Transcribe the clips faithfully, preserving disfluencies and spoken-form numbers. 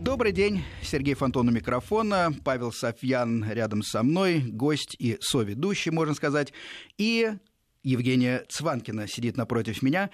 Добрый день. Сергей Фонтон у микрофона, Павел Софьян рядом со мной, гость и соведущий, можно сказать, и Евгения Цванкина сидит напротив меня,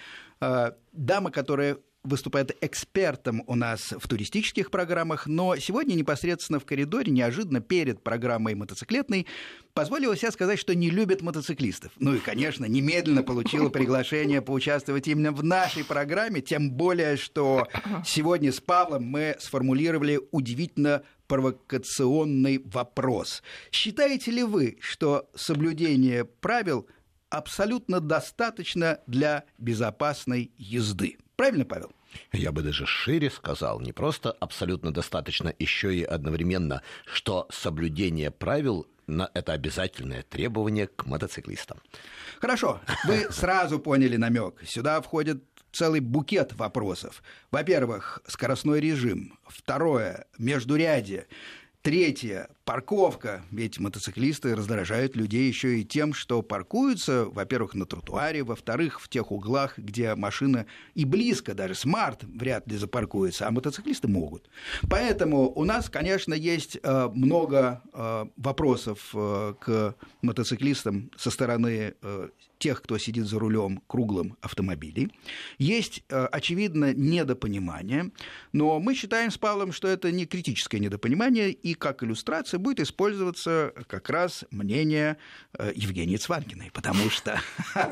дама, которая выступает экспертом у нас в туристических программах, но сегодня непосредственно в коридоре, неожиданно перед программой мотоциклетной, позволила себе сказать, что не любит мотоциклистов. Ну и, конечно, немедленно получила приглашение поучаствовать именно в нашей программе, тем более, что сегодня с Павлом мы сформулировали удивительно провокационный вопрос. Считаете ли вы, что соблюдение правил абсолютно достаточно для безопасной езды? Правильно, Павел? Я бы даже шире сказал, не просто абсолютно достаточно, еще и одновременно, что соблюдение правил – это обязательное требование к мотоциклистам. Хорошо, вы сразу поняли намек. Сюда входит целый букет вопросов. Во-первых, скоростной режим. Второе, междурядье. Третье – парковка, ведь мотоциклисты раздражают людей еще и тем, что паркуются, во-первых, на тротуаре, во-вторых, в тех углах, где машина и близко, даже смарт вряд ли запаркуется, а мотоциклисты могут. Поэтому у нас, конечно, есть э, много э, вопросов э, к мотоциклистам со стороны э, тех, кто сидит за рулем круглым автомобилей. Есть, э, очевидно, недопонимание, но мы считаем с Павлом, что это не критическое недопонимание, и как иллюстрация будет использоваться как раз мнение э, Евгении Цванкиной, потому что,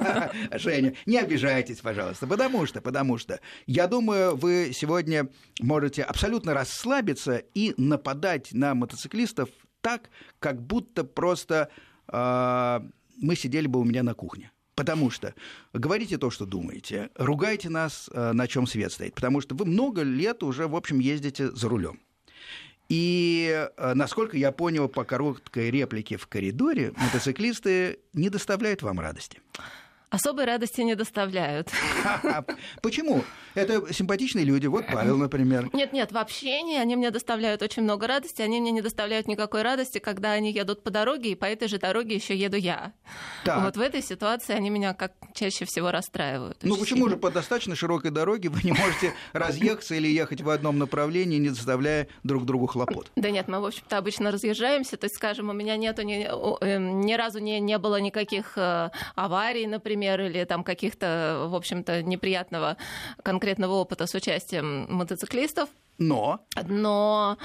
Женя, не обижайтесь, пожалуйста, потому что, потому что, я думаю, вы сегодня можете абсолютно расслабиться и нападать на мотоциклистов так, как будто просто э, мы сидели бы у меня на кухне. Потому что говорите то, что думаете, ругайте нас, на чем свет стоит, потому что вы много лет уже, в общем, ездите за рулем. И, насколько я понял по короткой реплике в коридоре, мотоциклисты не доставляют вам радости. Особой радости не доставляют. Почему? Это симпатичные люди. Вот Павел, например. Нет-нет, в общении они мне доставляют очень много радости. Они мне не доставляют никакой радости, когда они едут по дороге, и по этой же дороге еще еду я. Так. Вот в этой ситуации они меня как чаще всего расстраивают. Ну почему сильно. же по достаточно широкой дороге вы не можете разъехаться или ехать в одном направлении, не доставляя друг другу хлопот? Да нет, мы, в общем-то, обычно разъезжаемся. То есть, скажем, у меня нету ни, ни разу не, не было никаких аварий, например, или там каких-то, в общем-то, неприятного конкретного опыта с участием мотоциклистов. Но, Но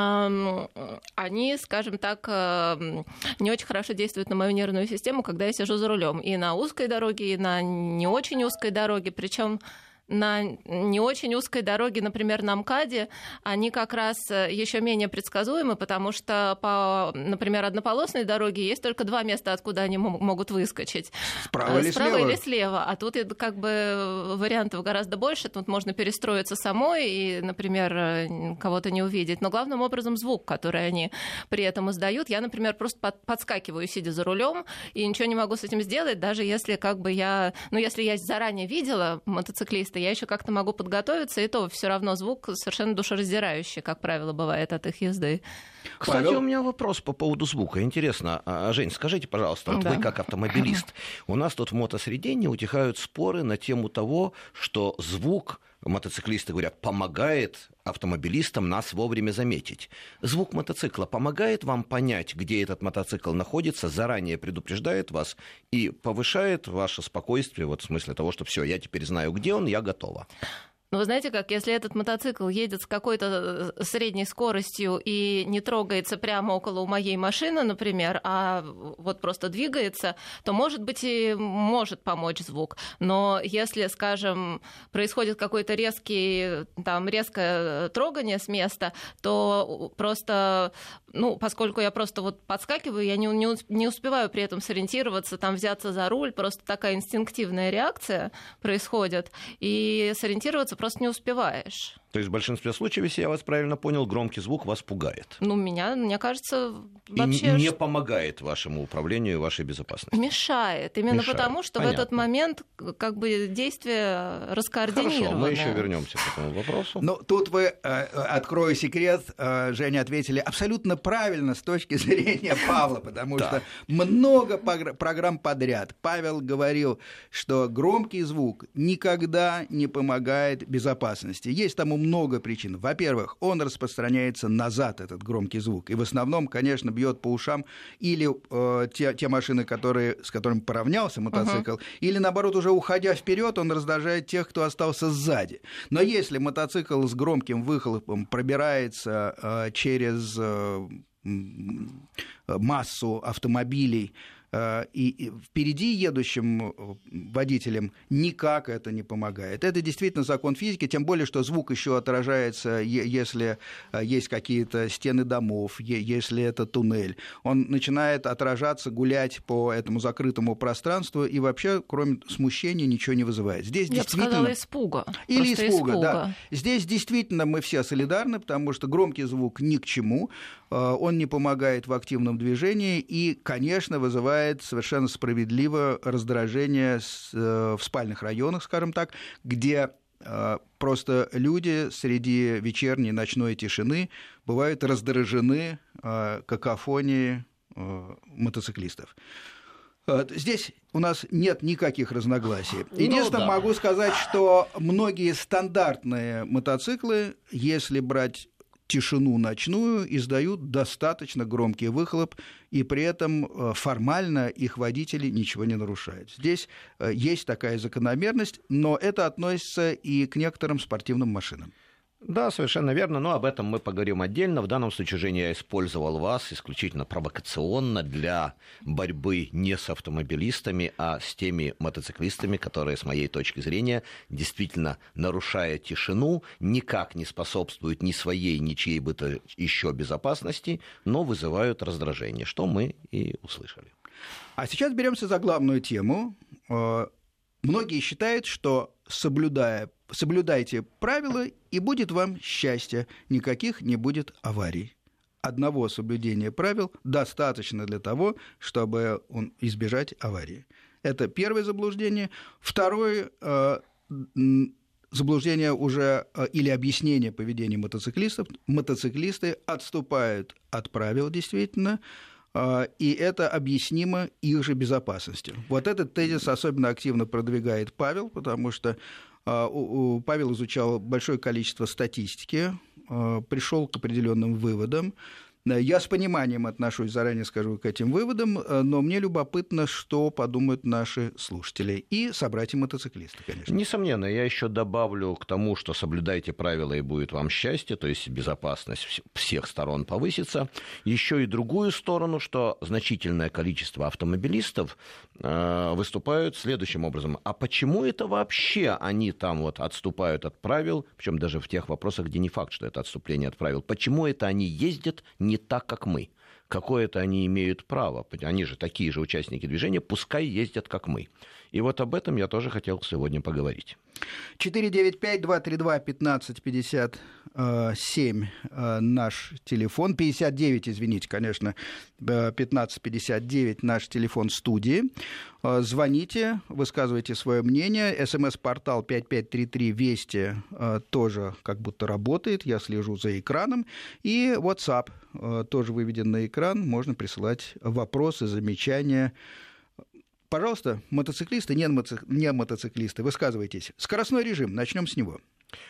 эм, они, скажем так, э, не очень хорошо действуют на мою нервную систему, когда я сижу за рулем. И на узкой дороге, и на не очень узкой дороге. Причем на не очень узкой дороге, например, на МКАДе, они как раз еще менее предсказуемы, потому что по, например, однополосной дороге есть только два места, откуда они м- могут выскочить. Справа или Справа слева? или слева. А тут как бы вариантов гораздо больше. Тут можно перестроиться самой и, например, кого-то не увидеть. Но главным образом звук, который они при этом издают. Я, например, просто под- подскакиваю, сидя за рулем, и ничего не могу с этим сделать, даже если как бы я... Ну, если я заранее видела мотоциклиста, я еще как-то могу подготовиться, и то все равно звук совершенно душераздирающий, как правило, бывает от их езды. Кстати, Павел? У меня вопрос по поводу звука. Интересно, Жень, скажите, пожалуйста, вот да. вы как автомобилист, у нас тут в мотосреде не утихают споры на тему того, что звук, мотоциклисты говорят, помогает автомобилистам нас вовремя заметить. Звук мотоцикла помогает вам понять, где этот мотоцикл находится, заранее предупреждает вас и повышает ваше спокойствие, вот в смысле того, что все, я теперь знаю, где он, я готова. Ну, вы знаете как, если этот мотоцикл едет с какой-то средней скоростью и не трогается прямо около моей машины, например, а вот просто двигается, то, может быть, и может помочь звук. Но если, скажем, происходит какой-то резкий, там, резкое трогание с места, то просто, ну, поскольку я просто вот подскакиваю, я не, не, не успеваю при этом сориентироваться, там, взяться за руль, просто такая инстинктивная реакция происходит, и сориентироваться просто не успеваешь. То есть в большинстве случаев, если я вас правильно понял, громкий звук вас пугает? Ну, меня, мне кажется, вообще... И не помогает вашему управлению и вашей безопасности? Мешает. Именно Мешает. потому, что Понятно. В этот момент как бы действие раскоординировано. Хорошо, мы еще вернемся к этому вопросу. Ну, тут вы, открою секрет, Женя, ответили абсолютно правильно с точки зрения Павла, потому что много программ подряд Павел говорил, что громкий звук никогда не помогает безопасности. Есть тому этому много причин. Во-первых, он распространяется назад, этот громкий звук, и в основном, конечно, бьет по ушам или э, те, те машины, которые, с которыми поравнялся мотоцикл, uh-huh. или, наоборот, уже уходя вперед, он раздражает тех, кто остался сзади. Но если мотоцикл с громким выхлопом пробирается э, через э, массу автомобилей, и впереди едущим водителям никак это не помогает. Это действительно закон физики, тем более, что звук еще отражается, если есть какие-то стены домов, если это туннель. Он начинает отражаться, гулять по этому закрытому пространству, и вообще, кроме смущения, ничего не вызывает. Здесь Я действительно... бы сказала, испуга. Или испуга, испуга, да. Здесь действительно мы все солидарны, потому что громкий звук ни к чему, он не помогает в активном движении и, конечно, вызывает совершенно справедливо раздражение в спальных районах, скажем так, где просто люди среди вечерней ночной тишины бывают раздражены какофонией мотоциклистов. Здесь у нас нет никаких разногласий. Единственное, ну, да. могу сказать, что многие стандартные мотоциклы, если брать тишину ночную, издают достаточно громкий выхлоп, и при этом формально их водители ничего не нарушают. Здесь есть такая закономерность, но это относится и к некоторым спортивным машинам. Да, совершенно верно, но об этом мы поговорим отдельно. В данном случае, Женя, я использовал вас исключительно провокационно для борьбы не с автомобилистами, а с теми мотоциклистами, которые, с моей точки зрения, действительно, нарушая тишину, никак не способствуют ни своей, ни чьей бы то еще безопасности, но вызывают раздражение, что мы и услышали. А сейчас беремся за главную тему. Многие считают, что соблюдая, соблюдайте правила, и будет вам счастье, никаких не будет аварий. Одного соблюдения правил достаточно для того, чтобы избежать аварии. Это первое заблуждение. Второе заблуждение уже или объяснение поведения мотоциклистов. Мотоциклисты отступают от правил, действительно, и это объяснимо их же безопасностью. Вот этот тезис особенно активно продвигает Павел, потому что Павел изучал большое количество статистики, пришел к определенным выводам. Я с пониманием отношусь, заранее скажу, к этим выводам, но мне любопытно, что подумают наши слушатели и собратья-мотоциклисты, конечно. Несомненно, я еще добавлю к тому, что соблюдайте правила, и будет вам счастье, то есть безопасность всех сторон повысится. Еще и другую сторону, что значительное количество автомобилистов э, выступают следующим образом. А почему это вообще они там вот отступают от правил, причем даже в тех вопросах, где не факт, что это отступление от правил, почему это они ездят не так, как мы. Какое-то они имеют право. Они же такие же участники движения, пускай ездят, как мы. И вот об этом я тоже хотел сегодня поговорить. четыре девять пять два три два пятнадцать пятьдесят семь наш телефон. пятьдесят девять, извините, конечно, пятнадцать пятьдесят девять наш телефон студии. Звоните, высказывайте свое мнение. СМС-портал пять пять три три Вести тоже как будто работает. Я слежу за экраном. И WhatsApp тоже выведен на экран. Можно присылать вопросы, замечания. Пожалуйста, мотоциклисты, не мотоциклисты, высказывайтесь. Скоростной режим, начнем с него.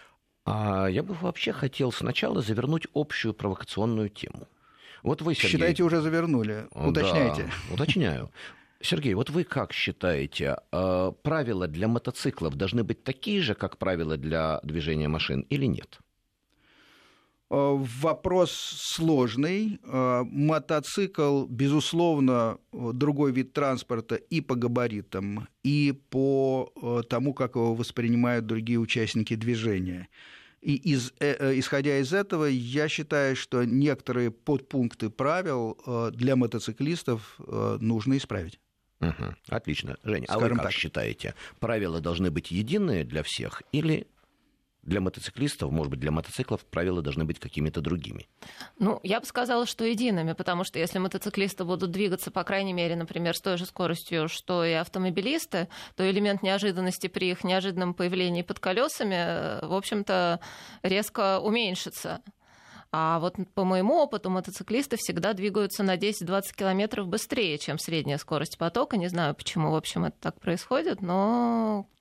А я бы вообще хотел сначала завернуть общую провокационную тему. Вот вы, Сергей... Считайте, уже завернули. Уточняйте. Да, уточняю. Сергей, вот вы как считаете, правила для мотоциклов должны быть такие же, как правила для движения машин, или нет? Вопрос сложный. Мотоцикл, безусловно, другой вид транспорта и по габаритам, и по тому, как его воспринимают другие участники движения. И из, исходя из этого, я считаю, что некоторые подпункты правил для мотоциклистов нужно исправить. Угу, отлично. Женя, Скажем а вы как так. считаете, правила должны быть единые для всех или... Для мотоциклистов, может быть, для мотоциклов правила должны быть какими-то другими? Ну, я бы сказала, что едиными, потому что если мотоциклисты будут двигаться, по крайней мере, например, с той же скоростью, что и автомобилисты, то элемент неожиданности при их неожиданном появлении под колесами, в общем-то, резко уменьшится. А вот по моему опыту мотоциклисты всегда двигаются на десять-двадцать километров быстрее, чем средняя скорость потока. Не знаю, почему, в общем, это так происходит, но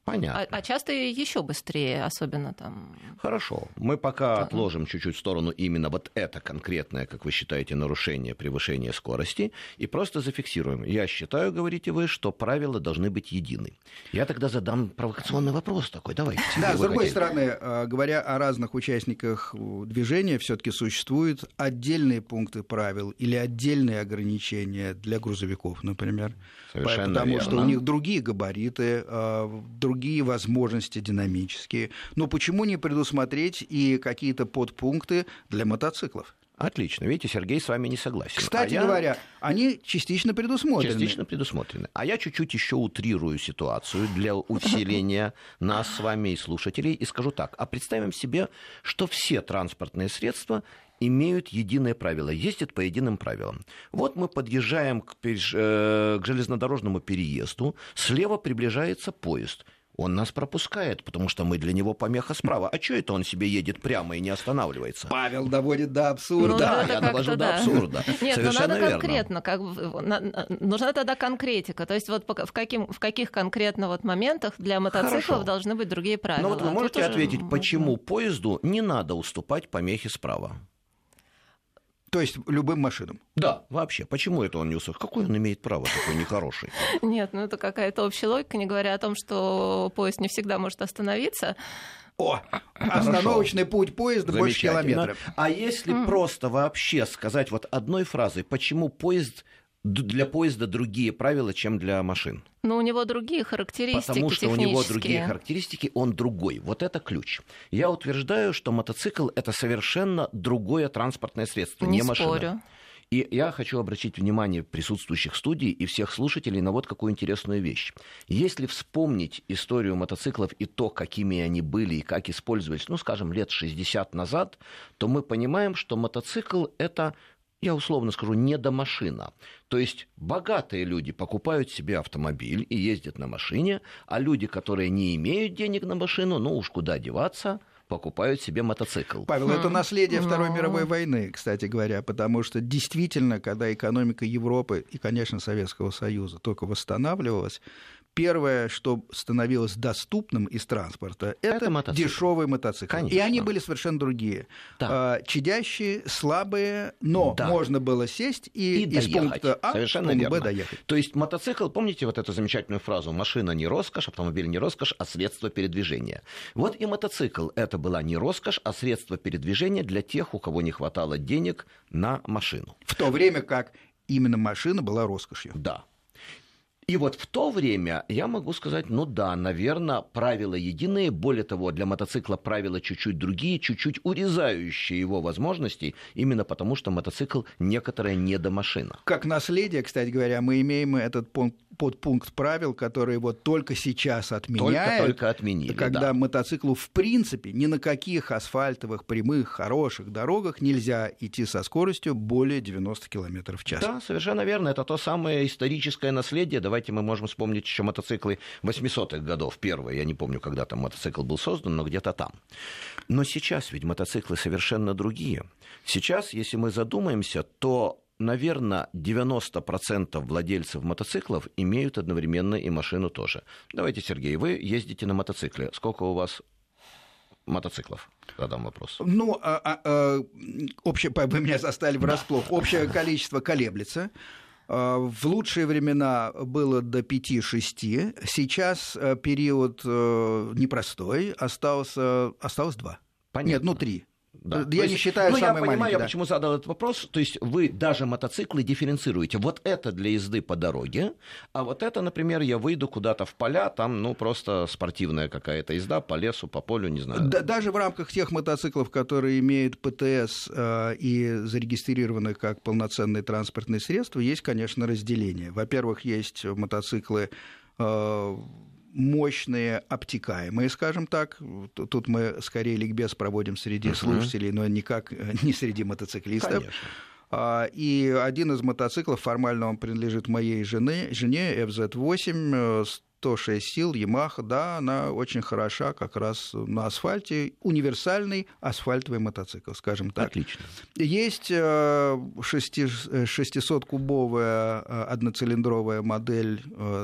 Понятно. А, а часто еще быстрее, особенно там... Хорошо. Мы пока отложим чуть-чуть в сторону именно вот это конкретное, как вы считаете, нарушение превышения скорости, и просто зафиксируем. Я считаю, говорите вы, что правила должны быть едины. Я тогда задам провокационный вопрос такой. Давайте. Да, с другой стороны, говоря о разных участниках движения, все-таки существуют отдельные пункты правил или отдельные ограничения для грузовиков, например. Совершенно Потому верно. что у них другие габариты, другие возможности динамические. Но почему не предусмотреть и какие-то подпункты для мотоциклов? Отлично. Видите, Сергей с вами не согласен. Кстати а говоря, я... они частично предусмотрены. Частично предусмотрены. А я чуть-чуть еще утрирую ситуацию для усиления нас с вами и слушателей и скажу так. А представим себе, что все транспортные средства имеют единое правило, ездят по единым правилам. Вот мы подъезжаем к, переж... к железнодорожному переезду, слева приближается поезд. Он нас пропускает, потому что мы для него помеха справа. А что это он себе едет прямо и не останавливается? Павел доводит до абсурда. Ну, да, это я довожу да. до абсурда. Нет, совершенно ну надо верно. конкретно. Как, нужна тогда конкретика. То есть вот в, каким, в каких конкретно вот моментах для мотоциклов Хорошо. должны быть другие правила. Но вот вы можете Тут ответить, уже... почему поезду не надо уступать помехи справа? То есть любым машинам? Да, вообще. Почему это он не уступает? Какое он имеет право такой нехороший? Нет, ну это какая-то общая логика, не говоря о том, что поезд не всегда может остановиться. О, остановочный путь поезда больше километров. А если mm. просто вообще сказать вот одной фразой, почему поезд для поезда другие правила, чем для машин? Но у него другие характеристики Потому что у технические. него другие характеристики, он другой. Вот это ключ. Я утверждаю, что мотоцикл – это совершенно другое транспортное средство, не, не машина. Спорю. И я хочу обратить внимание присутствующих в студии и всех слушателей на вот какую интересную вещь. Если вспомнить историю мотоциклов и то, какими они были и как использовались, ну, скажем, лет шестьдесят назад, то мы понимаем, что мотоцикл – это... я условно скажу, недомашина. То есть богатые люди покупают себе автомобиль и ездят на машине, а люди, которые не имеют денег на машину, ну уж куда деваться, покупают себе мотоцикл. Павел, это наследие Второй мировой войны, кстати говоря, потому что действительно, когда экономика Европы и, конечно, Советского Союза только восстанавливалась, первое, что становилось доступным из транспорта, это, это мотоцикл. Дешевый мотоцикл. Конечно. И они были совершенно другие. Да. Чадящие, слабые, но да. можно было сесть и, и из доехать. Пункта А совершенно в пункт верно. Б доехать. То есть мотоцикл, помните вот эту замечательную фразу «машина не роскошь, автомобиль не роскошь, а средство передвижения». Вот и мотоцикл – это была не роскошь, а средство передвижения для тех, у кого не хватало денег на машину. В то время как именно машина была роскошью. Да. И вот в то время я могу сказать, ну да, наверное, правила единые. Более того, для мотоцикла правила чуть-чуть другие, чуть-чуть урезающие его возможности, именно потому что мотоцикл некоторая недомашина. Как наследие, кстати говоря, мы имеем этот подпункт правил, которые вот только сейчас отменяют. Только, только отменили, когда да. мотоциклу в принципе ни на каких асфальтовых, прямых, хороших дорогах нельзя идти со скоростью более девяносто километров в час. Да, совершенно верно. Это то самое историческое наследие. Давайте мы можем вспомнить еще мотоциклы восьмисотых годов. Первые, я не помню, когда там мотоцикл был создан, но где-то там. Но сейчас ведь мотоциклы совершенно другие. Сейчас, если мы задумаемся, то, наверное, девяносто процентов владельцев мотоциклов имеют одновременно и машину тоже. Давайте, Сергей, вы ездите на мотоцикле. Сколько у вас мотоциклов? Задам вопрос. Ну, а, а, а, общее, вы меня застали врасплох. Да. Общее количество колеблется. В лучшие времена было до пяти-шести. Сейчас период непростой. Остался, осталось два. Понятно. Нет, ну три. Да. Я То не есть, считаю ну, самый я понимаю, маленький. Я да. почему задал этот вопрос. То есть вы даже мотоциклы дифференцируете. Вот это для езды по дороге, а вот это, например, я выйду куда-то в поля, там, ну, просто спортивная какая-то езда по лесу, по полю, не знаю. Да, даже в рамках тех мотоциклов, которые имеют ПТС э, и зарегистрированы как полноценные транспортные средства, есть, конечно, разделение. Во-первых, есть мотоциклы... Э, мощные, обтекаемые, скажем так. Тут мы скорее ликбез проводим среди uh-huh. слушателей, но никак не среди мотоциклистов. Конечно. И один из мотоциклов, формально он принадлежит моей жене, жене эф зет восемь, сто шесть сил, Yamaha, да, она очень хороша как раз на асфальте. Универсальный асфальтовый мотоцикл, скажем так. Отлично. Есть шестисоткубовая одноцилиндровая модель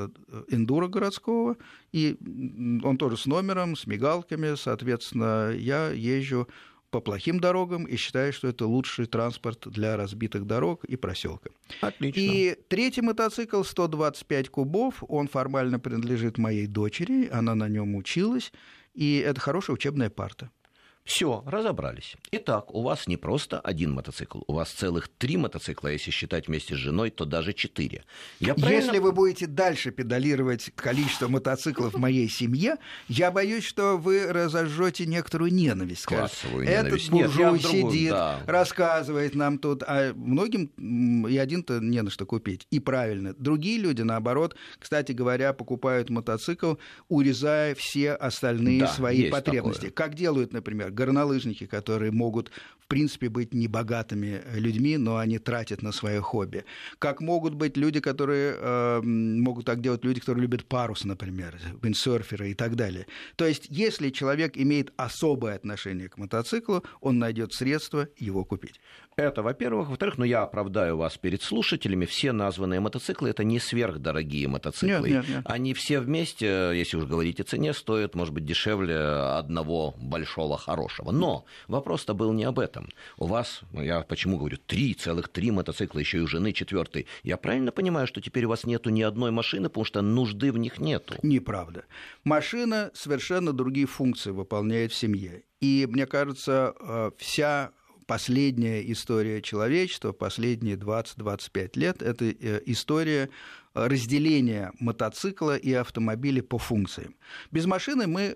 эндуро городского, и он тоже с номером, с мигалками, соответственно, я езжу по плохим дорогам и считаю, что это лучший транспорт для разбитых дорог и проселка. Отлично. И третий мотоцикл, сто двадцать пять кубов, он формально принадлежит моей дочери, она на нем училась, и это хорошая учебная парта. Все, разобрались. Итак, у вас не просто один мотоцикл, у вас целых три мотоцикла, если считать вместе с женой, то даже четыре. Я правильно... Если вы будете дальше педалировать количество мотоциклов в моей семье, я боюсь, что вы разожжете некоторую ненависть. Классовую Этот ненависть. буржуй Нет, сидит, да. рассказывает нам тут, а многим и один-то не на что купить. И правильно. Другие люди, наоборот, кстати говоря, покупают мотоцикл, урезая все остальные да, свои потребности. Такое. Как делают, например, горнолыжники, которые могут, в принципе, быть небогатыми людьми, но они тратят на свое хобби. Как могут быть люди, которые э, могут так делать люди, которые любят парус, например, виндсерферы и так далее. То есть, если человек имеет особое отношение к мотоциклу, он найдет средства его купить. Это, во-первых. Во-вторых, ну, я оправдаю вас перед слушателями. Все названные мотоциклы – это не сверхдорогие мотоциклы. Нет, нет, нет. Они все вместе, если уж говорить о цене, стоят, может быть, дешевле одного большого хорошего. Но вопрос-то был не об этом. У вас, я почему говорю, три, целых три мотоцикла, еще и у жены четвертый. Я правильно понимаю, что теперь у вас нету ни одной машины, потому что нужды в них нету? Неправда. Машина совершенно другие функции выполняет в семье. И, мне кажется, вся... Последняя история человечества, последние двадцать-двадцать пять лет, это история разделения мотоцикла и автомобиля по функциям. Без машины мы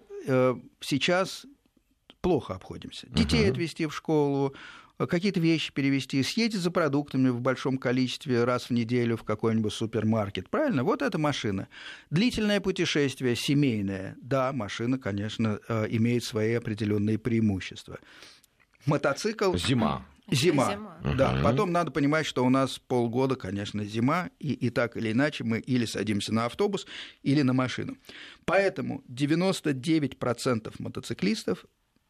сейчас плохо обходимся. Детей uh-huh. отвезти в школу, какие-то вещи перевезти, съездить за продуктами в большом количестве раз в неделю в какой-нибудь супермаркет. Правильно? Вот это машина. Длительное путешествие, семейное. Да, машина, конечно, имеет свои определенные преимущества. Мотоцикл... Зима. Зима, зима. да. Uh-huh. Потом надо понимать, что у нас полгода, конечно, зима, и, и так или иначе мы или садимся на автобус, или на машину. Поэтому девяносто девять процентов мотоциклистов,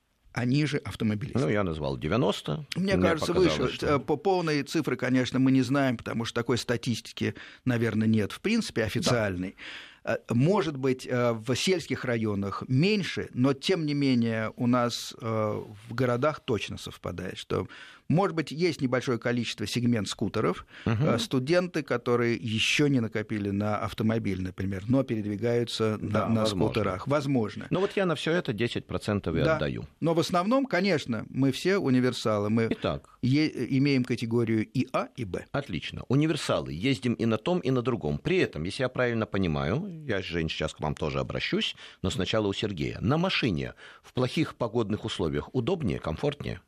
они же автомобилисты. Ну, я назвал девяносто. Мне, Мне кажется, выше. Что... По полной цифры, конечно, мы не знаем, потому что такой статистики, наверное, нет, в принципе, официальной. Да. Может быть, в сельских районах меньше, но, тем не менее, у нас в городах точно совпадает, что, может быть, есть небольшое количество сегмент скутеров, угу. студенты, которые еще не накопили на автомобиль, например, но передвигаются да, на, на скутерах. Возможно. Ну вот я на все это десять процентов и да. отдаю. Но в основном, конечно, мы все универсалы. Мы Итак. е- имеем категорию и А, и Б. Отлично. Универсалы. Ездим и на том, и на другом. При этом, если я правильно понимаю, я, Жень, сейчас к вам тоже обращусь, но сначала у Сергея. На машине в плохих погодных условиях удобнее, комфортнее?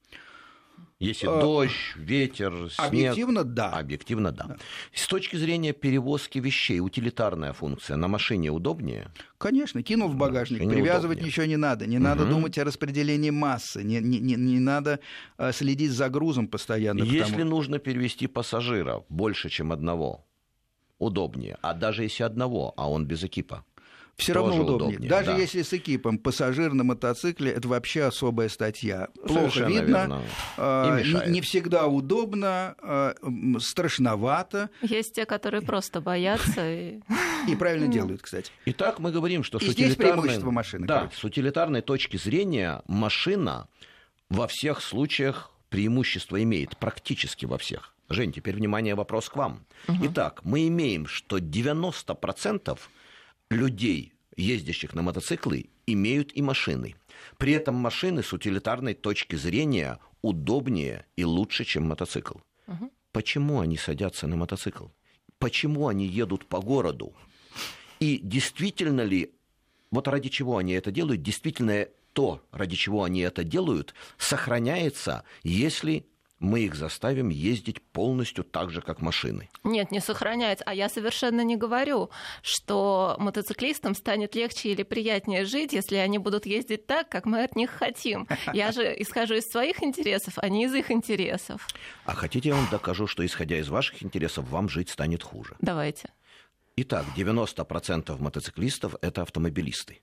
Если а, дождь, ветер, снег... Объективно, да. Объективно, да. да. С точки зрения перевозки вещей, утилитарная функция на машине удобнее? Конечно, кинул в багажник, привязывать удобнее. Ничего не надо. Не угу. надо думать о распределении массы, не, не, не, не надо следить за грузом постоянно. Если потому... нужно перевезти пассажира больше, чем одного, удобнее. А даже если одного, а он без экипа? Все равно удобнее. удобнее. Даже да. если с экипом пассажир на мотоцикле, это вообще особая статья. Плохо Совершенно видно, э, не, не всегда удобно, э, страшновато. Есть те, которые просто боятся. И, и правильно делают, кстати. Итак, мы говорим, что и с здесь утилитарной... преимущество машины. Да, короче. с утилитарной точки зрения машина во всех случаях преимущество имеет, практически во всех. Жень, теперь, внимание, вопрос к вам. Угу. Итак, мы имеем, что девяносто процентов людей, ездящих на мотоциклы, имеют и машины. При этом машины с утилитарной точки зрения удобнее и лучше, чем мотоцикл. Угу. Почему они садятся на мотоцикл? Почему они едут по городу? И действительно ли, вот ради чего они это делают, действительно то, ради чего они это делают, сохраняется, если... мы их заставим ездить полностью так же, как машины. Нет, не сохраняется. А я совершенно не говорю, что мотоциклистам станет легче или приятнее жить, если они будут ездить так, как мы от них хотим. Я же исхожу из своих интересов, а не из их интересов. А хотите, я вам докажу, что, исходя из ваших интересов, вам жить станет хуже? Давайте. Итак, девяносто процентов мотоциклистов – это автомобилисты.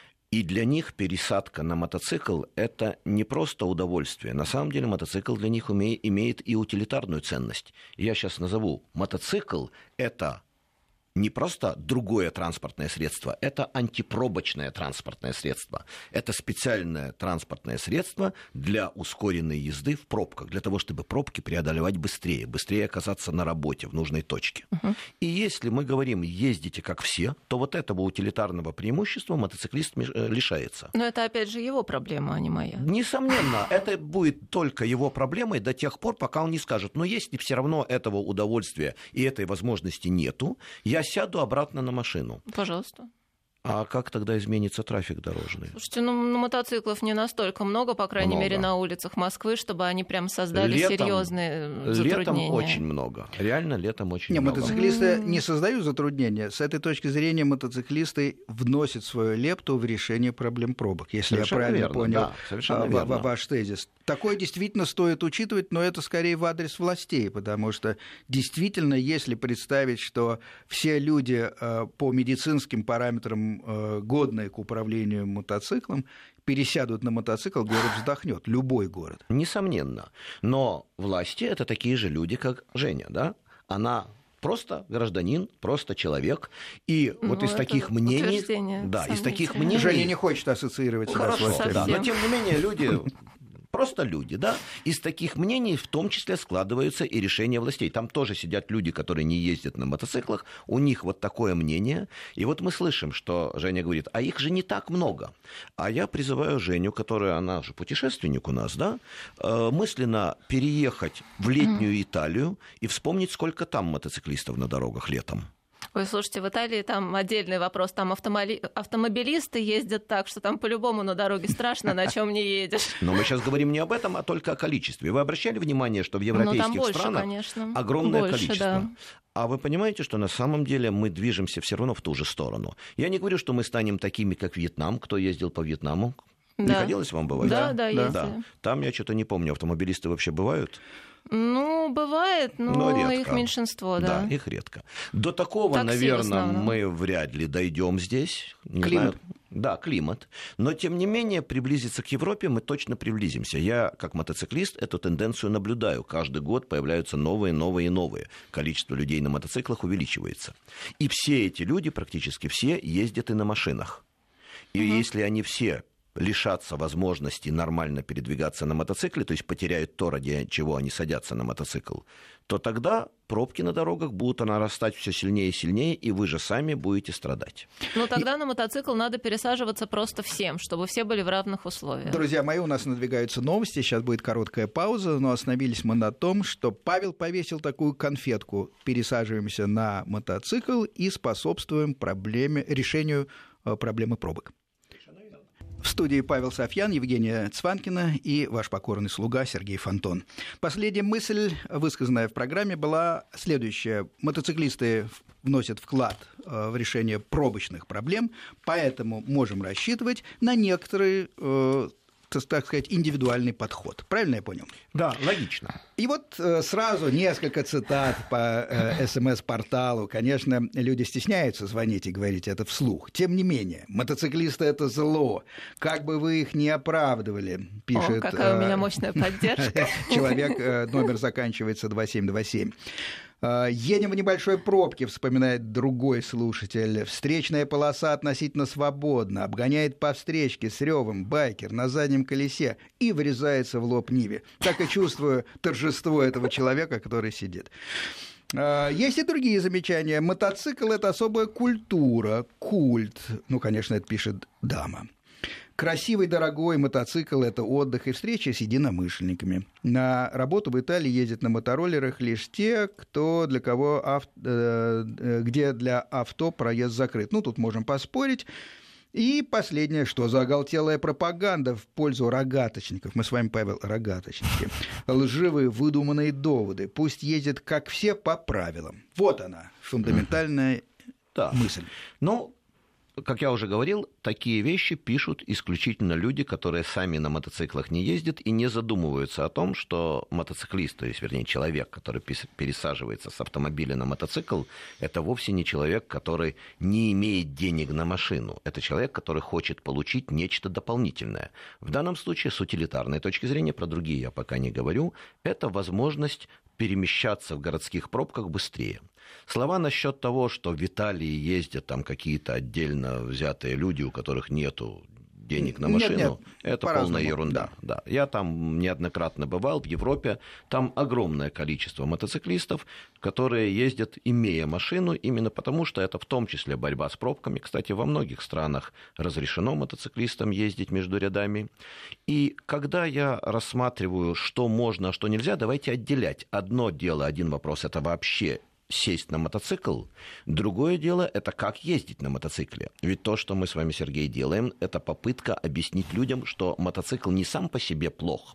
И для них пересадка на мотоцикл – это не просто удовольствие. На самом деле мотоцикл для них уме- имеет и утилитарную ценность. Я сейчас назову. Мотоцикл – это не просто другое транспортное средство, это антипробочное транспортное средство. Это специальное транспортное средство для ускоренной езды в пробках, для того, чтобы пробки преодолевать быстрее, быстрее оказаться на работе в нужной точке. Uh-huh. И если мы говорим «ездите как все», то вот этого утилитарного преимущества мотоциклист лишается. Но это, опять же, его проблема, а не моя. Несомненно, это будет только его проблемой до тех пор, пока он не скажет, но если все равно этого удовольствия и этой возможности нету, я сяду обратно на машину. Пожалуйста. А как тогда изменится трафик дорожный? Слушайте, ну мотоциклов не настолько много, по крайней много. мере, на улицах Москвы, чтобы они прям создали летом, серьезные затруднения. Летом очень много. Реально летом очень не, много. Мотоциклисты mm. не создают затруднения. С этой точки зрения мотоциклисты вносят свою лепту в решение проблем пробок, если совершенно я правильно верно, понял да, совершенно верно. ваш тезис. Такое действительно стоит учитывать, но это скорее в адрес властей, потому что действительно, если представить, что все люди по медицинским параметрам годные к управлению мотоциклом, пересядут на мотоцикл, город вздохнет, любой город. Несомненно. Но власти – это такие же люди, как Женя, да? Она просто гражданин, просто человек. И ну, вот из таких мнений... Да, из таких мнений... Женя не хочет ассоциировать себя с властями. Да, но тем не менее люди... Просто люди, да, из таких мнений в том числе складываются и решения властей. Там тоже сидят люди, которые не ездят на мотоциклах, у них вот такое мнение. И вот мы слышим, что Женя говорит, а их же не так много. А я призываю Женю, которая, она же путешественник у нас, да, мысленно переехать в летнюю Италию и вспомнить, сколько там мотоциклистов на дорогах летом. Ой, слушайте, в Италии там отдельный вопрос. Там автомоби... автомобилисты ездят так, что там по-любому на дороге страшно, на чем не едешь. Но мы сейчас говорим не об этом, а только о количестве. Вы обращали внимание, что в европейских больше, странах конечно. огромное больше, количество? Да. А вы понимаете, что на самом деле мы движемся все равно в ту же сторону? Я не говорю, что мы станем такими, как Вьетнам. Кто ездил по Вьетнаму? Да. Приходилось вам бывать? Да, да, да, да. Там я что-то не помню, автомобилисты вообще бывают? Ну, бывает, но, но их меньшинство, да. Да, их редко. До такого, Такси, наверное, мы вряд ли дойдем здесь. Не климат. Знаю. Да, климат. Но, тем не менее, приблизиться к Европе мы точно приблизимся. Я, как мотоциклист, эту тенденцию наблюдаю. Каждый год появляются новые, новые и новые. Количество людей на мотоциклах увеличивается. И все эти люди, практически все, ездят и на машинах. И угу. если они все... лишатся возможности нормально передвигаться на мотоцикле, то есть потеряют то, ради чего они садятся на мотоцикл, то тогда пробки на дорогах будут нарастать все сильнее и сильнее, и вы же сами будете страдать. Ну тогда и... на мотоцикл надо пересаживаться просто всем, чтобы все были в равных условиях. Друзья мои, у нас надвигаются новости, сейчас будет короткая пауза, но остановились мы на том, что Павел повесил такую конфетку. Пересаживаемся на мотоцикл и способствуем проблеме, решению проблемы пробок. В студии Павел Софьян, Евгения Цванкина и ваш покорный слуга Сергей Фонтон. Последняя мысль, высказанная в программе, была следующая. Мотоциклисты вносят вклад в решение пробочных проблем, поэтому можем рассчитывать на некоторые, так сказать, индивидуальный подход. Правильно я понял? Да, логично. И вот э, сразу несколько цитат по э, СМС-порталу. Конечно, люди стесняются звонить и говорить это вслух. Тем не менее, мотоциклисты – это зло. Как бы вы их ни оправдывали, пишет... О, какая э, у меня мощная поддержка. Человек, э, номер заканчивается два семь два семь. «Едем в небольшой пробке», — вспоминает другой слушатель. «Встречная полоса относительно свободна. Обгоняет по встречке с ревом байкер на заднем колесе и врезается в лоб Ниве. Так и чувствую торжество этого человека, который сидит». Есть и другие замечания. Мотоцикл – это особая культура, культ. Ну, конечно, это пишет дама. Красивый, дорогой мотоцикл – это отдых и встречи с единомышленниками. На работу в Италии ездят на мотороллерах лишь те, кто для кого авто, где для авто проезд закрыт. Ну, тут можем поспорить. И последнее, что за оголтелая пропаганда в пользу рогаточников. Мы с вами, Павел, рогаточники. Лживые выдуманные доводы. Пусть ездят, как все, по правилам. Вот она, фундаментальная да. мысль. Ну, как я уже говорил, такие вещи пишут исключительно люди, которые сами на мотоциклах не ездят и не задумываются о том, что мотоциклист, то есть, вернее, человек, который пересаживается с автомобиля на мотоцикл, это вовсе не человек, который не имеет денег на машину. Это человек, который хочет получить нечто дополнительное. В данном случае, с утилитарной точки зрения, про другие я пока не говорю, это возможность перемещаться в городских пробках быстрее. Слова насчет того, что в Италии ездят там какие-то отдельно взятые люди, у которых нету денег на машину, нет, нет, это полная ерунда. Да. Да. Я там неоднократно бывал, в Европе, там огромное количество мотоциклистов, которые ездят, имея машину, именно потому, что это в том числе борьба с пробками. Кстати, во многих странах разрешено мотоциклистам ездить между рядами. И когда я рассматриваю, что можно, а что нельзя, давайте отделять. Одно дело, один вопрос, это вообще сесть на мотоцикл. Другое дело, это как ездить на мотоцикле. Ведь то, что мы с вами, Сергей, делаем, это попытка объяснить людям, что мотоцикл не сам по себе плох,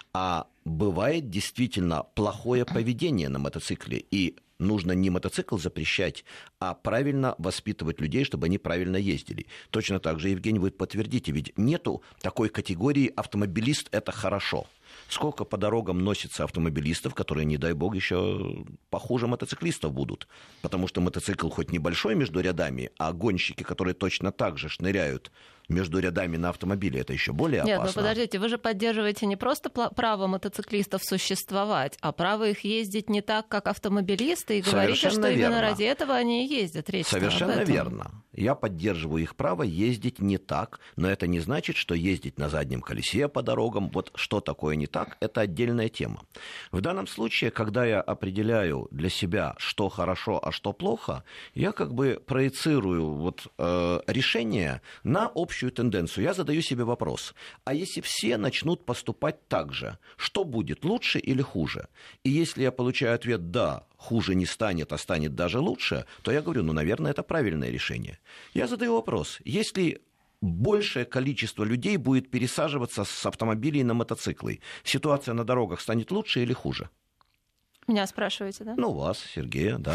а бывает действительно плохое поведение на мотоцикле. И нужно не мотоцикл запрещать, а правильно воспитывать людей, чтобы они правильно ездили. Точно так же, Евгений, вы подтвердите, ведь нету такой категории «автомобилист – это хорошо». Сколько по дорогам носится автомобилистов, которые, не дай бог, еще похуже мотоциклистов будут. Потому что мотоцикл хоть небольшой между рядами, а гонщики, которые точно так же шныряют между рядами на автомобиле, это еще более опасно. Нет, ну подождите, вы же поддерживаете не просто право мотоциклистов существовать, а право их ездить не так, как автомобилисты, и говорите, Совершенно что верно. Именно ради этого они и ездят. Речь Совершенно верно. Я поддерживаю их право ездить не так, но это не значит, что ездить на заднем колесе по дорогам, вот что такое не так, это отдельная тема. В данном случае, когда я определяю для себя, что хорошо, а что плохо, я как бы проецирую вот, э, решение на общую тенденцию. Я задаю себе вопрос, а если все начнут поступать так же, что будет, лучше или хуже? И если я получаю ответ «да», хуже не станет, а станет даже лучше, то я говорю, ну, наверное, это правильное решение. Я задаю вопрос, если большее количество людей будет пересаживаться с автомобилей на мотоциклы, ситуация на дорогах станет лучше или хуже? Меня спрашиваете, да? Ну, вас, Сергея, да.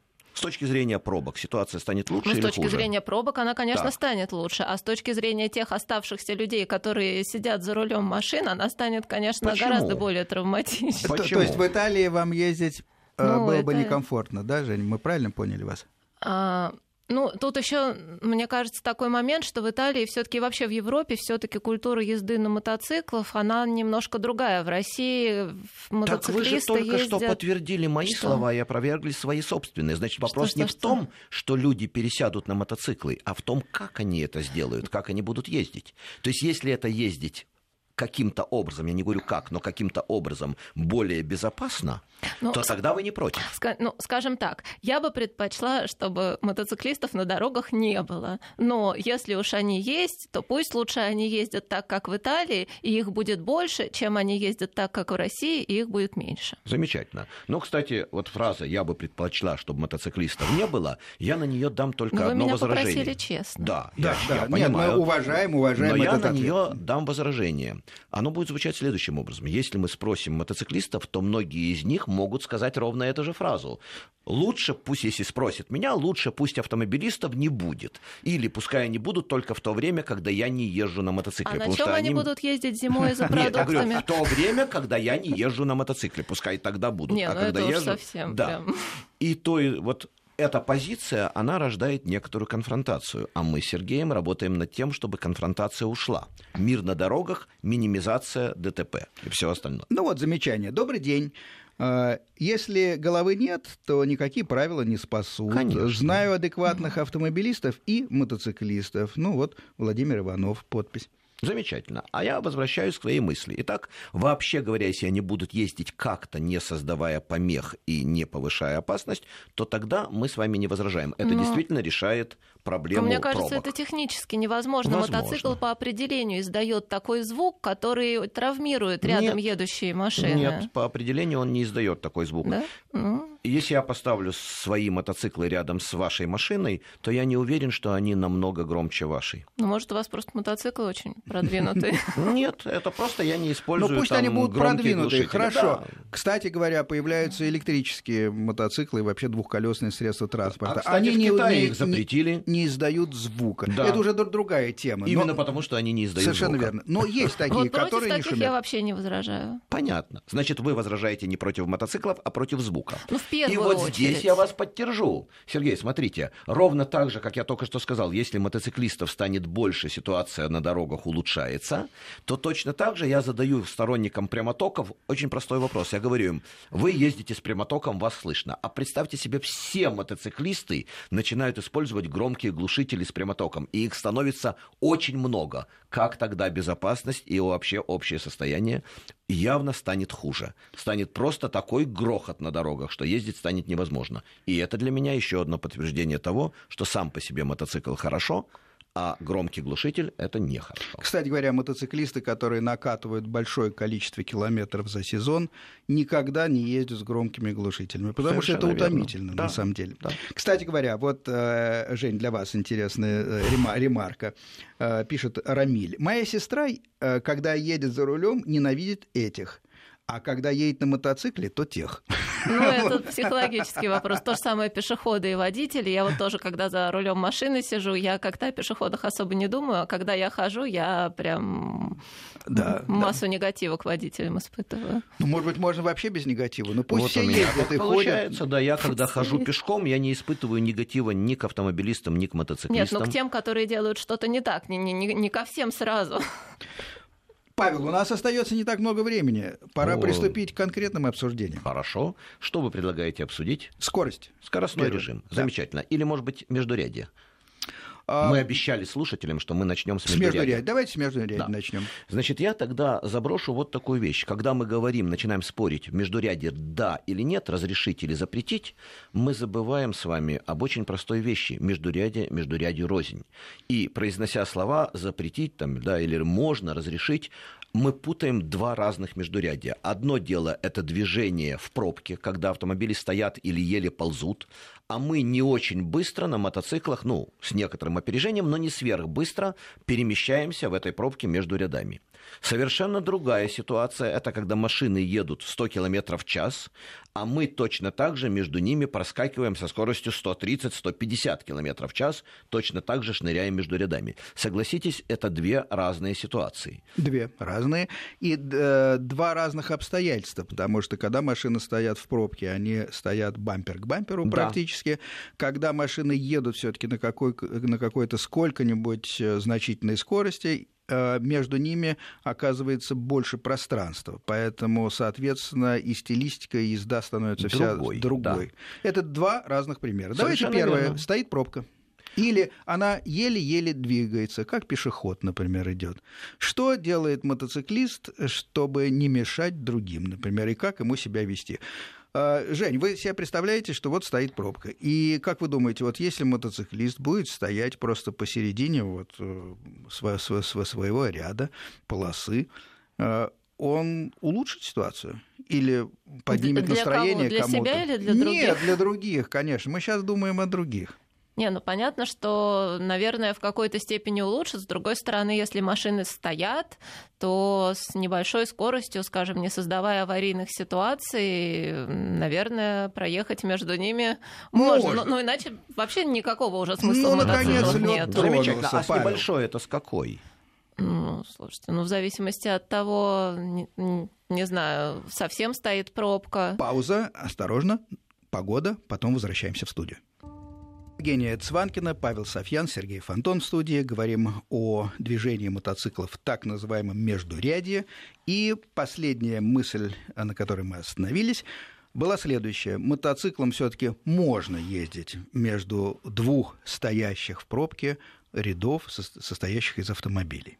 С точки зрения пробок ситуация станет лучше ну, или хуже? С точки хуже? зрения пробок она, конечно, да. станет лучше. А с точки зрения тех оставшихся людей, которые сидят за рулем машин, она станет, конечно, Почему? гораздо более травматичной. То, то есть в Италии вам ездить ну, было это... бы некомфортно, да, Жень? Мы правильно поняли вас? А... Ну, тут еще, мне кажется, такой момент, что в Италии все-таки вообще в Европе все-таки культура езды на мотоциклах, она немножко другая. В России мотоциклисты Так вы же только ездят... что подтвердили мои что? слова и опровергли свои собственные. Значит, вопрос что, не что, в том, что? что люди пересядут на мотоциклы, а в том, как они это сделают, как они будут ездить. То есть, если это ездить каким-то образом, я не говорю как, но каким-то образом более безопасно, ну, то тогда вы не против. Ска- ну, скажем так, я бы предпочла, чтобы мотоциклистов на дорогах не было. Но если уж они есть, то пусть лучше они ездят так, как в Италии, и их будет больше, чем они ездят так, как в России, и их будет меньше. Замечательно. Но, кстати, вот фраза «я бы предпочла, чтобы мотоциклистов не было», я на нее дам только но одно вы меня возражение. попросили честно. Да, да, я, да. я Нет, понимаю. мы уважаем, уважаем но я этот на ответ. нее дам возражение. Оно будет звучать следующим образом. Если мы спросим мотоциклистов, то многие из них могут сказать ровно эту же фразу. Лучше, пусть, если спросят меня, лучше пусть автомобилистов не будет. Или пускай они будут только в то время, когда я не езжу на мотоцикле. А на чем они будут ездить зимой за продуктами? Нет, я говорю, в то время, когда я не езжу на мотоцикле. Пускай тогда будут. Не, а ну когда это уж езжу... совсем да. прям... И то, и вот... Эта позиция, она рождает некоторую конфронтацию, а мы с Сергеем работаем над тем, чтобы конфронтация ушла. Мир на дорогах, минимизация ДТП и все остальное. Ну вот, замечание. Добрый день. Если головы нет, то никакие правила не спасут. Конечно. Знаю адекватных автомобилистов и мотоциклистов. Ну вот, Владимир Иванов, подпись. Замечательно. А я возвращаюсь к своей мысли. Итак, вообще говоря, если они будут ездить как-то, не создавая помех и не повышая опасность, то тогда мы с вами не возражаем. Это Но... действительно решает проблему Мне кажется, пробок. это технически невозможно. Возможно. Мотоцикл по определению издает такой звук, который травмирует рядом Нет. едущие машины. Нет, по определению он не издает такой звук. Да? Ну... Если я поставлю свои мотоциклы рядом с вашей машиной, то я не уверен, что они намного громче вашей. Ну, может, у вас просто мотоцикл очень продвинутый. Нет, это просто я не использую. Ну пусть они будут продвинутые, хорошо. Да. Кстати говоря, появляются электрические мотоциклы и вообще двухколесные средства транспорта. А, кстати, они в не, Китае не, их запретили. не издают звука. Да. Это уже другая тема. Именно но... потому, что они не издают Совершенно звука. верно. Но есть такие, вот которые не против таких шумят. я вообще не возражаю. Понятно. Значит, вы возражаете не против мотоциклов, а против звука. Ну, в первую И вот очередь. здесь я вас поддержу. Сергей, смотрите, ровно так же, как я только что сказал, если мотоциклистов станет больше, ситуация на дорогах улучшается, то точно так же я задаю сторонникам прямотоков очень простой вопрос. Я говорю им, вы ездите с прямотоком, вас слышно. А представьте себе, все мотоциклисты начинают использовать громкие глушители с прямотоком, и их становится очень много. Как тогда безопасность и вообще общее состояние явно станет хуже. Станет просто такой грохот на дорогах, что ездить станет невозможно. И это для меня еще одно подтверждение того, что сам по себе мотоцикл хорошо, а громкий глушитель — это нехорошо. Кстати говоря, мотоциклисты, которые накатывают большое количество километров за сезон, никогда не ездят с громкими глушителями, потому Совершенно что это верно. утомительно, Да. на самом деле. Да. Кстати говоря, вот, э, Жень, для вас интересная э, рема- ремарка. Э, пишет Рамиль. Моя сестра, э, когда едет за рулем, ненавидит этих. А когда едет на мотоцикле, то тех. Ну, это психологический вопрос. То же самое пешеходы и водители. Я вот тоже, когда за рулем машины сижу, я как-то о пешеходах особо не думаю, а когда я хожу, я прям Да, массу да. негатива к водителям испытываю. Ну, может быть, можно вообще без негатива. Ну, пусть Вот все у меня ездят так и получается, ходят. да, я когда хожу пешком, я не испытываю негатива ни к автомобилистам, ни к мотоциклистам. Нет, ну к тем, которые делают что-то не так, не, не, не ко всем сразу. Павел, у нас остается не так много времени. Пора О. приступить к конкретным обсуждениям. Хорошо. Что вы предлагаете обсудить? Скорость. Скоростной Первый. режим. Да. Замечательно. Или, может быть, междурядье. А, Мы обещали слушателям, что мы начнем с с междурядья. междурядья. Давайте с междурядья Да. начнем. Значит, я тогда заброшу вот такую вещь. Когда мы говорим, начинаем спорить в междурядье да или нет, разрешить или запретить, мы забываем с вами об очень простой вещи. Междурядье, междурядью рознь. И произнося слова запретить там, да, или можно разрешить, мы путаем два разных междурядья. Одно дело – это движение в пробке, когда автомобили стоят или еле ползут, а мы не очень быстро на мотоциклах, ну, с некоторым опережением, но не сверхбыстро перемещаемся в этой пробке между рядами. Совершенно другая ситуация – это когда машины едут сто километров в час, а мы точно так же между ними проскакиваем со скоростью сто тридцать - сто пятьдесят километров в час, точно так же шныряем между рядами. Согласитесь, это две разные ситуации. Две разные. И э, два разных обстоятельства, потому что когда машины стоят в пробке, они стоят бампер к бамперу Да. практически. Когда машины едут все-таки на, какой, на какой-то сколько-нибудь значительной скорости, между ними оказывается больше пространства. Поэтому, соответственно, и стилистика, и езда становится Другой, вся другой. да. Это два разных примера. Совершенно Давайте первое. верно. Стоит пробка. Или она еле-еле двигается, как пешеход, например, идет. Что делает мотоциклист, чтобы не мешать другим, например, и как ему себя вести? Жень, вы себе представляете, что вот стоит пробка. И как вы думаете, вот если мотоциклист будет стоять просто посередине вот своего ряда, полосы, он улучшит ситуацию? Или поднимет для настроение кого? Для кому-то? себя или для других? Нет, для других, конечно. Мы сейчас думаем о других. Не, ну понятно, что, наверное, в какой-то степени улучшит. С другой стороны, если машины стоят, то с небольшой скоростью, скажем, не создавая аварийных ситуаций, наверное, проехать между ними можно. Можно. Ну, ну, иначе вообще никакого уже смысла Ну, в наконец, мотоциклах лёд нет. тронулся, Замечательно. А с Павел. небольшой это с какой? Ну, слушайте, ну, в зависимости от того, не, не знаю, совсем стоит пробка. Пауза, осторожно, погода, потом возвращаемся в студию. Евгения Цванкина, Павел Софьян, Сергей Фонтон в студии. Говорим о движении мотоциклов в так называемом междурядье. И последняя мысль, на которой мы остановились, была следующая. Мотоциклом все-таки можно ездить между двух стоящих в пробке рядов, состоящих из автомобилей.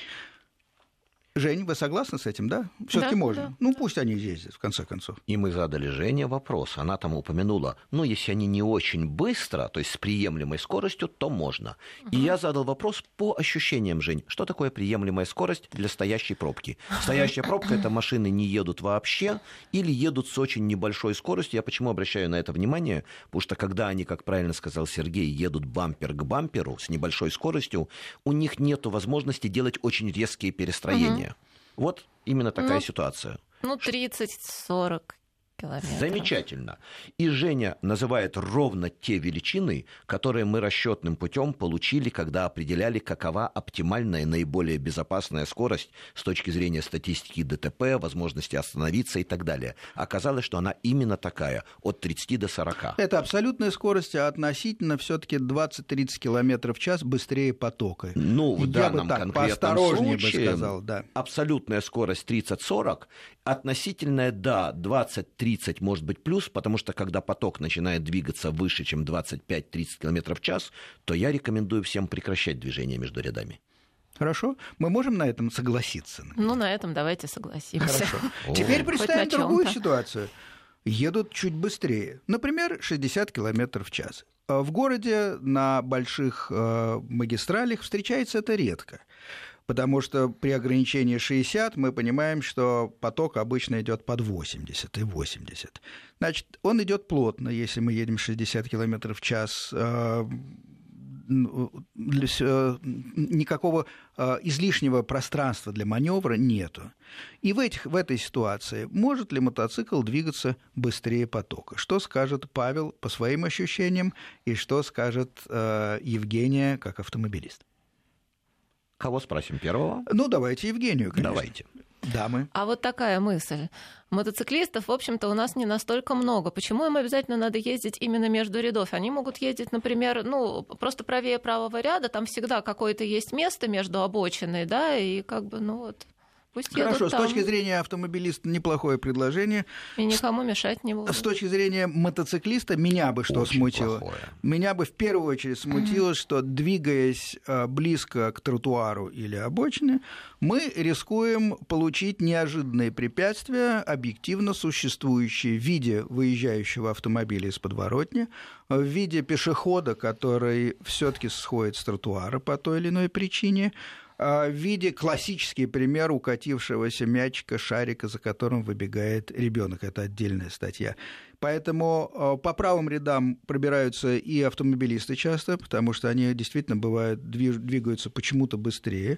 Жень, вы согласны с этим, да? Все-таки Да, можно. да. Ну, пусть они ездят, в конце концов. И мы задали Жене вопрос. Она там упомянула, ну, если они не очень быстро, то есть с приемлемой скоростью, то можно. И я задал вопрос по ощущениям, Жень. Что такое приемлемая скорость для стоящей пробки? Стоящая пробка – это машины не едут вообще или едут с очень небольшой скоростью. Я почему обращаю на это внимание? Потому что когда они, как правильно сказал Сергей, едут бампер к бамперу с небольшой скоростью, у них нет возможности делать очень резкие перестроения. Вот именно такая Ну, ситуация. Ну, тридцать-сорок километров. Замечательно. И Женя называет ровно те величины, которые мы расчетным путем получили, когда определяли, какова оптимальная, наиболее безопасная скорость с точки зрения статистики ДТП, возможности остановиться и так далее. Оказалось, что она именно такая, от тридцати до сорока. Это абсолютная скорость, а относительно все-таки двадцать-тридцать километров в час быстрее потока. Ну, в Я данном бы так конкретном поосторожнее случае бы сказал, да. Абсолютная скорость тридцать-сорок, относительная, да, двадцать-тридцать может быть плюс, потому что когда поток начинает двигаться выше, чем двадцать пять-тридцать километров в час, то я рекомендую всем прекращать движение между рядами. Хорошо, мы можем на этом согласиться? Ну, на этом давайте согласимся. Хорошо. Теперь представим другую ситуацию. Едут чуть быстрее, например, шестьдесят километров в час. В городе на больших э, магистралях встречается это редко, потому что при ограничении шестьдесят мы понимаем, что поток обычно идет под восемьдесят и восемьдесят. Значит, он идет плотно, если мы едем шестьдесят километров в час. Э, никакого излишнего пространства для маневра нету. И в, этих, в этой ситуации может ли мотоцикл двигаться быстрее потока? Что скажет Павел по своим ощущениям и что скажет э, Евгения как автомобилист? Кого спросим первого? Ну, давайте Евгению, конечно. Давайте. Дамы. А вот такая мысль. Мотоциклистов, в общем-то, у нас не настолько много. Почему им обязательно надо ездить именно между рядов? Они могут ездить, например, ну, просто правее правого ряда, там всегда какое-то есть место между обочиной, да, и как бы, ну вот... Пусть Хорошо, с там. точки зрения автомобилиста неплохое предложение. И никому мешать не будут. С точки зрения мотоциклиста меня бы что Очень смутило? Плохое. Меня бы в первую очередь смутило, mm-hmm. что, двигаясь близко к тротуару или обочине, мы рискуем получить неожиданные препятствия, объективно существующие в виде выезжающего автомобиля из подворотни, в виде пешехода, который все-таки сходит с тротуара по той или иной причине, в виде классический пример укатившегося мячика, шарика, за которым выбегает ребенок. Это отдельная статья. Поэтому по правым рядам пробираются и автомобилисты часто, потому что они действительно бывают, двигаются почему-то быстрее.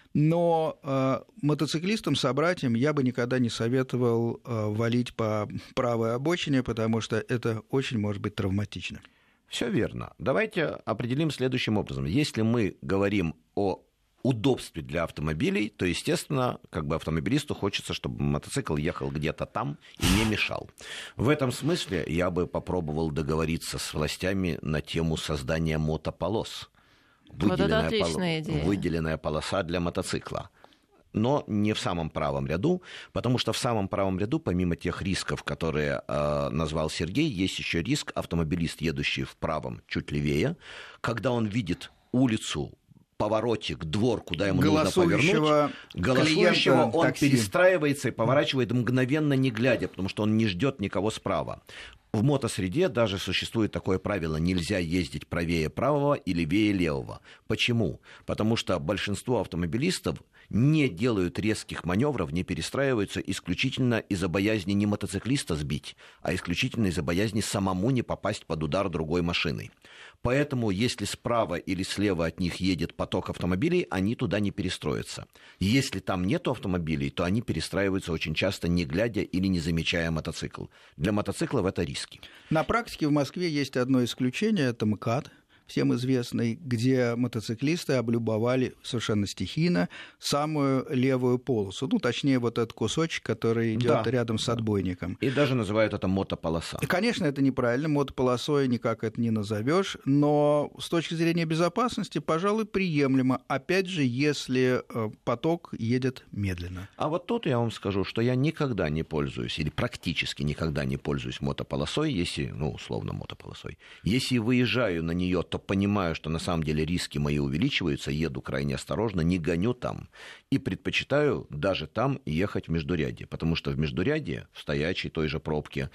Но э, мотоциклистам, собратьям я бы никогда не советовал э, валить по правой обочине, потому что это очень может быть травматично. Все верно. Давайте определим следующим образом. Если мы говорим о удобстве для автомобилей, то, естественно, как бы автомобилисту хочется, чтобы мотоцикл ехал где-то там и не мешал. В этом смысле я бы попробовал договориться с властями на тему создания мотополос. Выделенная, вот это отличная пол... идея. Выделенная полоса для мотоцикла. Но не в самом правом ряду, потому что в самом правом ряду, помимо тех рисков, которые э, назвал Сергей, есть еще риск: автомобилист, едущий в правом чуть левее, когда он видит улицу, поворотик, двор, куда ему нужно повернуть, голосующего, он такси. перестраивается и поворачивает мгновенно, не глядя, потому что он не ждет никого справа. В мотосреде даже существует такое правило: нельзя ездить правее правого и левее левого. Почему? Потому что большинство автомобилистов не делают резких маневров, не перестраиваются исключительно из-за боязни не мотоциклиста сбить, а исключительно из-за боязни самому не попасть под удар другой машиной. Поэтому, если справа или слева от них едет поток автомобилей, они туда не перестроятся. Если там нет автомобилей, то они перестраиваются очень часто, не глядя или не замечая мотоцикл. Для мотоциклов это риски. На практике в Москве есть одно исключение, это МКАД, всем известный, где мотоциклисты облюбовали совершенно стихийно самую левую полосу. Ну, точнее, вот этот кусочек, который идет да. рядом с отбойником. И даже называют это мотополоса. И, конечно, это неправильно, мотополосой никак это не назовешь, но с точки зрения безопасности, пожалуй, приемлемо. Опять же, если поток едет медленно. А вот тут я вам скажу, что я никогда не пользуюсь, или практически никогда не пользуюсь мотополосой, если, ну, условно, мотополосой. Если выезжаю на нее, то понимаю, что на самом деле риски мои увеличиваются, еду крайне осторожно, не гоню там. И предпочитаю даже там ехать в междурядье, потому что в междурядье, в стоячей той же пробке,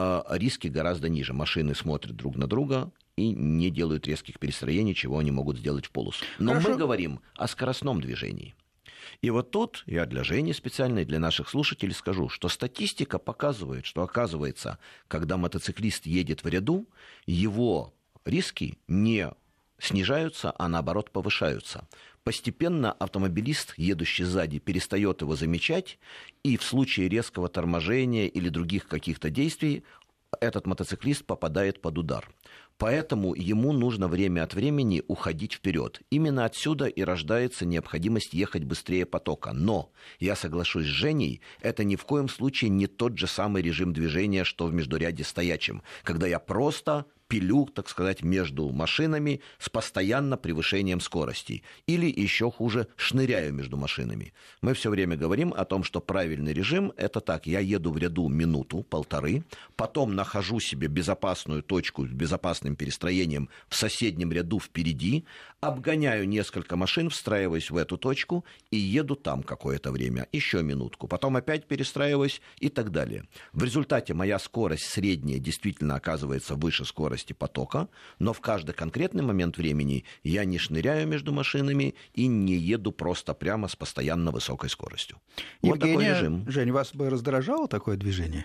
риски гораздо ниже. Машины смотрят друг на друга и не делают резких перестроений, чего они могут сделать в полосу. Но Хорошо. Мы говорим о скоростном движении. И вот тут я для Жени специально и для наших слушателей скажу, что статистика показывает, что, оказывается, когда мотоциклист едет в ряду, его риски не снижаются, а наоборот повышаются. Постепенно автомобилист, едущий сзади, перестает его замечать, и в случае резкого торможения или других каких-то действий этот мотоциклист попадает под удар. Поэтому ему нужно время от времени уходить вперед. Именно отсюда и рождается необходимость ехать быстрее потока. Но, я соглашусь с Женей, это ни в коем случае не тот же самый режим движения, что в междуряде стоячем, когда я просто пилю, так сказать, между машинами с постоянным превышением скорости. Или, еще хуже, шныряю между машинами. Мы все время говорим о том, что правильный режим – это так, я еду в ряду минуту, полторы, потом нахожу себе безопасную точку с безопасным перестроением в соседнем ряду впереди, обгоняю несколько машин, встраиваюсь в эту точку и еду там какое-то время, еще минутку, потом опять перестраиваюсь и так далее. В результате моя скорость средняя действительно оказывается выше скорости потока, но в каждый конкретный момент времени я не шныряю между машинами и не еду просто прямо с постоянно высокой скоростью. Вот Евгения, такой режим. Жень, вас бы раздражало такое движение?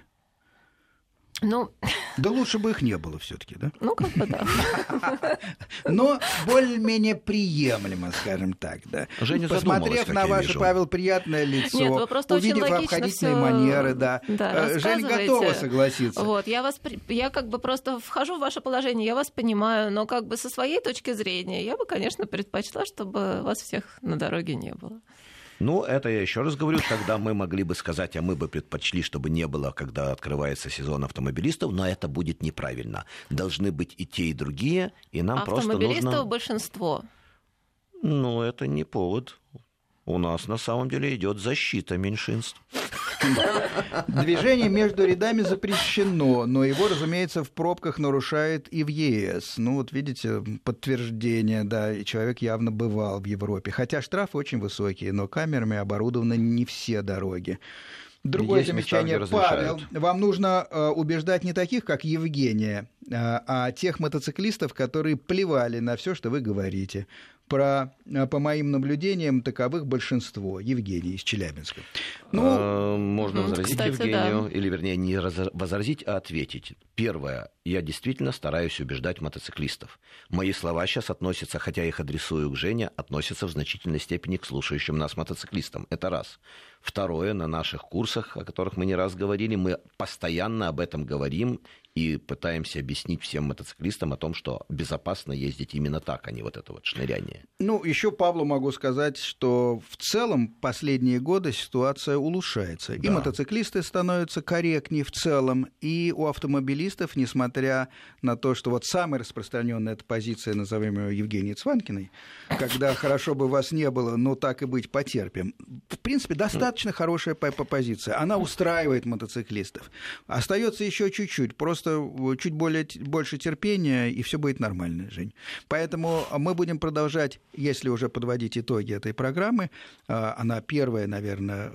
Ну, да лучше бы их не было все-таки, да? ну, как бы да. Но более-менее приемлемо, скажем так, да. Женя Посмотрев на ваше, Павел, приятное лицо, Нет, вы просто увидев очень логично обходительные всё, манеры, да, да Жень готова согласиться. Вот, я вас, я как бы просто вхожу в ваше положение, я вас понимаю, но как бы со своей точки зрения я бы, конечно, предпочла, чтобы вас всех на дороге не было. Ну, это я еще раз говорю, тогда мы могли бы сказать, а мы бы предпочли, чтобы не было, когда открывается сезон автомобилистов, но это будет неправильно. Должны быть и те, и другие, и нам просто нужно... Автомобилистов большинство. Ну, это не повод. У нас на самом деле идет защита меньшинств. Движение между рядами запрещено, но его, разумеется, в пробках нарушает и в ЕС. Ну, вот видите, подтверждение, да, и человек явно бывал в Европе. Хотя штрафы очень высокие, но камерами оборудованы не все дороги. Другое Есть замечание, места, где Павел, вам нужно э, убеждать не таких, как Евгения, э, а тех мотоциклистов, которые плевали на все, что вы говорите. Про, по моим наблюдениям, таковых большинство. Евгений из Челябинска. Ну, а, можно возразить, кстати, Евгению, да. или, вернее, не возразить, а ответить. Первое. Я действительно стараюсь убеждать мотоциклистов. Мои слова сейчас относятся, хотя их адресую к Жене, относятся в значительной степени к слушающим нас мотоциклистам. Это раз. Второе. На наших курсах, о которых мы не раз говорили, мы постоянно об этом говорим и пытаемся объяснить всем мотоциклистам о том, что безопасно ездить именно так, а не вот это вот шныряние. Ну, еще Павлу могу сказать, что в целом последние годы ситуация улучшается. Да. И мотоциклисты становятся корректнее в целом, и у автомобилистов, несмотря на то, что вот самая распространенная эта позиция, назовем ее Евгенией Цванкиной, когда хорошо бы вас не было, но так и быть, потерпим. В принципе, достаточно хорошая позиция. Она устраивает мотоциклистов. Остается еще чуть-чуть, просто чуть более, больше терпения, и все будет нормально, Жень. Поэтому мы будем продолжать, если уже подводить итоги этой программы. Она первая, наверное,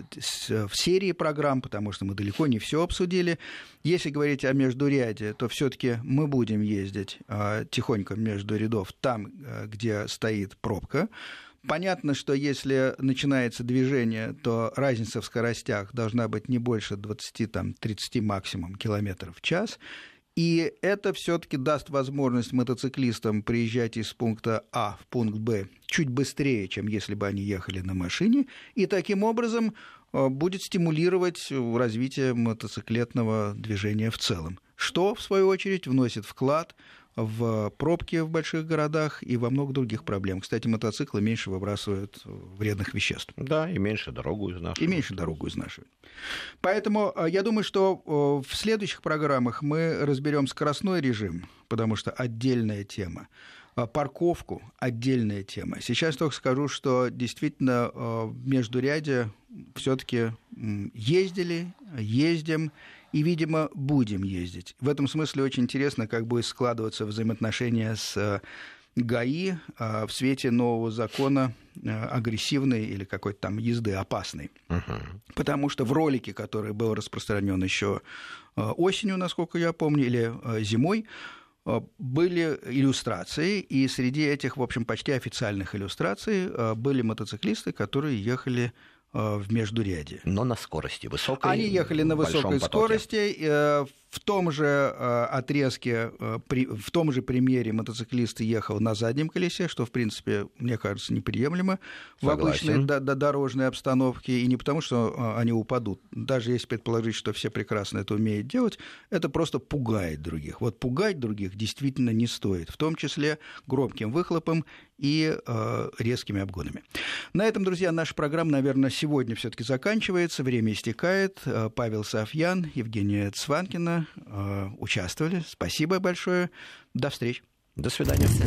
в серии программ, потому что мы далеко не все обсудили. Если говорить о междуряде, то все-таки мы будем ездить тихонько между рядов там, где стоит пробка. Понятно, что если начинается движение, то разница в скоростях должна быть не больше двадцать-тридцать максимум километров в час. И это все-таки даст возможность мотоциклистам приезжать из пункта А в пункт Б чуть быстрее, чем если бы они ехали на машине. И таким образом будет стимулировать развитие мотоциклетного движения в целом. Что, в свою очередь, вносит вклад в пробки в больших городах и во много других проблем. Кстати, мотоциклы меньше выбрасывают вредных веществ. Да, и меньше дорогу изнашивают. И меньше дорогу изнашивают. Поэтому я думаю, что в следующих программах мы разберем скоростной режим, потому что отдельная тема. Парковку – отдельная тема. Сейчас только скажу, что действительно в междуряде все-таки ездили, ездим, и, видимо, будем ездить. В этом смысле очень интересно, как будет складываться взаимоотношения с ГАИ в свете нового закона агрессивной или какой-то там езды опасной. Uh-huh. Потому что в ролике, который был распространен еще осенью, насколько я помню, или зимой, были иллюстрации, и среди этих, в общем, почти официальных иллюстраций были мотоциклисты, которые ехали в междуряде. Но на скорости высокой. Они ехали на высокой скорости. В том же отрезке, в том же примере мотоциклист ехал на заднем колесе, что, в принципе, мне кажется, неприемлемо. Согласен. В обычной дорожной обстановке. И не потому, что они упадут. Даже если предположить, что все прекрасно это умеют делать, это просто пугает других. Вот пугать других действительно не стоит. В том числе громким выхлопом и э, резкими обгонами. На этом, друзья, наша программа, наверное, сегодня все-таки заканчивается. Время истекает. Павел Софьян, Евгения Цванкина э, участвовали. Спасибо большое. До встречи. До свидания.